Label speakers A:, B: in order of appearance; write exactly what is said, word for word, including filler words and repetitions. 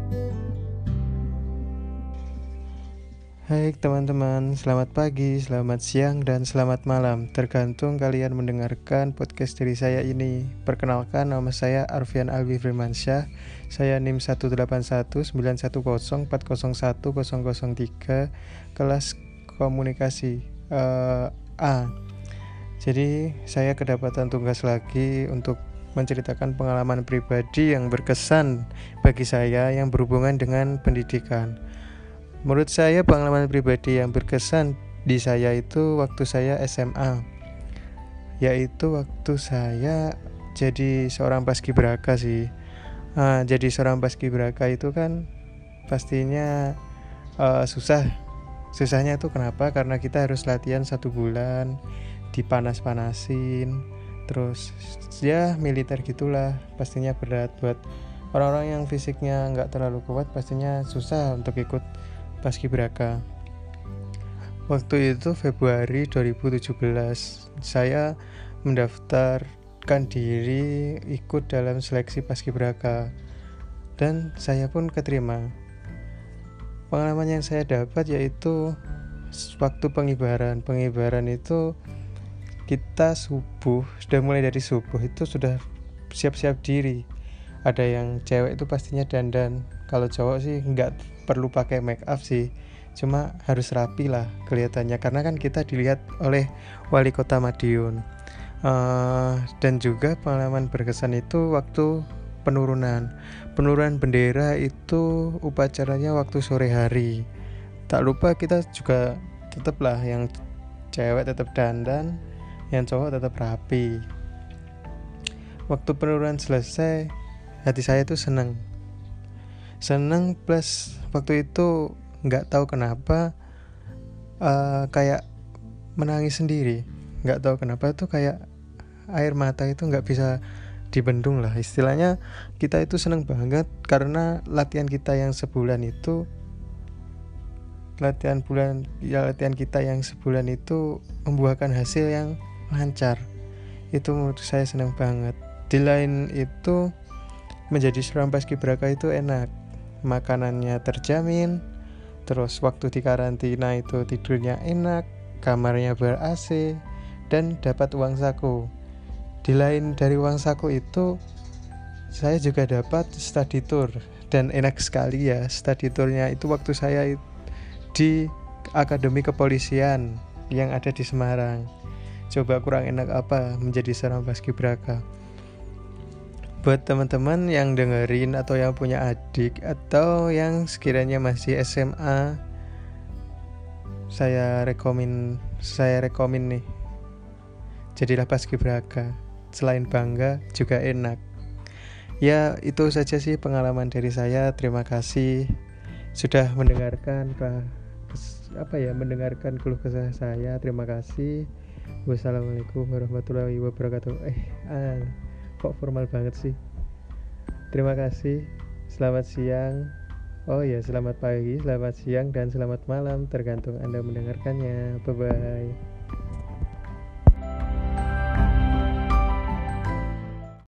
A: Hai teman-teman, selamat pagi, selamat siang, dan selamat malam. Tergantung kalian mendengarkan podcast dari saya ini. Perkenalkan, nama saya Arfian Alwi Firmansyah. Saya NIM satu delapan satu sembilan satu nol empat nol satu nol nol tiga, kelas komunikasi uh, A. Jadi saya kedapatan tugas lagi untuk menceritakan pengalaman pribadi yang berkesan bagi saya yang berhubungan dengan pendidikan. Menurut saya pengalaman pribadi yang berkesan di saya itu waktu saya S M A, yaitu waktu saya jadi seorang paskibraka sih. Nah, jadi seorang paskibraka itu kan pastinya uh, susah. Susahnya itu kenapa? Karena kita harus latihan satu bulan, dipanas-panasin, terus ya militer gitulah. Pastinya berat buat orang-orang yang fisiknya nggak terlalu kuat, pastinya susah untuk ikut paskibraka. Waktu itu Februari dua ribu tujuh belas saya mendaftarkan diri ikut dalam seleksi paskibraka dan saya pun keterima. Pengalaman yang saya dapat yaitu waktu pengibaran. Pengibaran itu kita subuh, sudah mulai dari subuh itu sudah siap-siap diri. Ada yang cewek itu pastinya dandan. Kalau cowok sih nggak perlu pakai make up sih, cuma harus rapi lah kelihatannya karena kan kita dilihat oleh wali kota Madiun. Uh, dan juga pengalaman berkesan itu waktu penurunan penurunan bendera itu upacaranya waktu sore hari. Tak lupa kita juga tetap lah yang cewek tetap dandan, yang cowok tetap rapi. Waktu penurunan selesai, hati saya tuh senang senang plus waktu itu nggak tahu kenapa uh, kayak menangis sendiri. Nggak tahu kenapa tuh kayak air mata itu nggak bisa dibendung lah istilahnya. Kita itu senang banget karena latihan kita yang sebulan itu latihan bulan ya latihan kita yang sebulan itu membuahkan hasil yang lancar. Itu menurut saya senang banget. Di lain itu menjadi seorang paskibraka itu enak, makanannya terjamin, terus waktu di karantina itu tidurnya enak, kamarnya ber-A C, dan dapat uang saku. Di lain dari uang saku itu saya juga dapat study tour, dan enak sekali ya study tournya itu waktu saya di Akademi Kepolisian yang ada di Semarang. Coba kurang enak apa menjadi seorang paskibraka. Buat teman-teman yang dengerin atau yang punya adik atau yang sekiranya masih S M A, saya rekomen saya rekomen nih, jadilah paskibraka. Selain bangga juga enak. Ya itu saja sih pengalaman dari saya. Terima kasih sudah mendengarkan apa ya mendengarkan keluh kesah saya. Terima kasih. Wassalamualaikum warahmatullahi wabarakatuh. Eh ah. Kok formal banget sih. Terima kasih. Selamat siang. Oh ya, selamat pagi, selamat siang, dan selamat malam tergantung Anda mendengarkannya. Bye bye.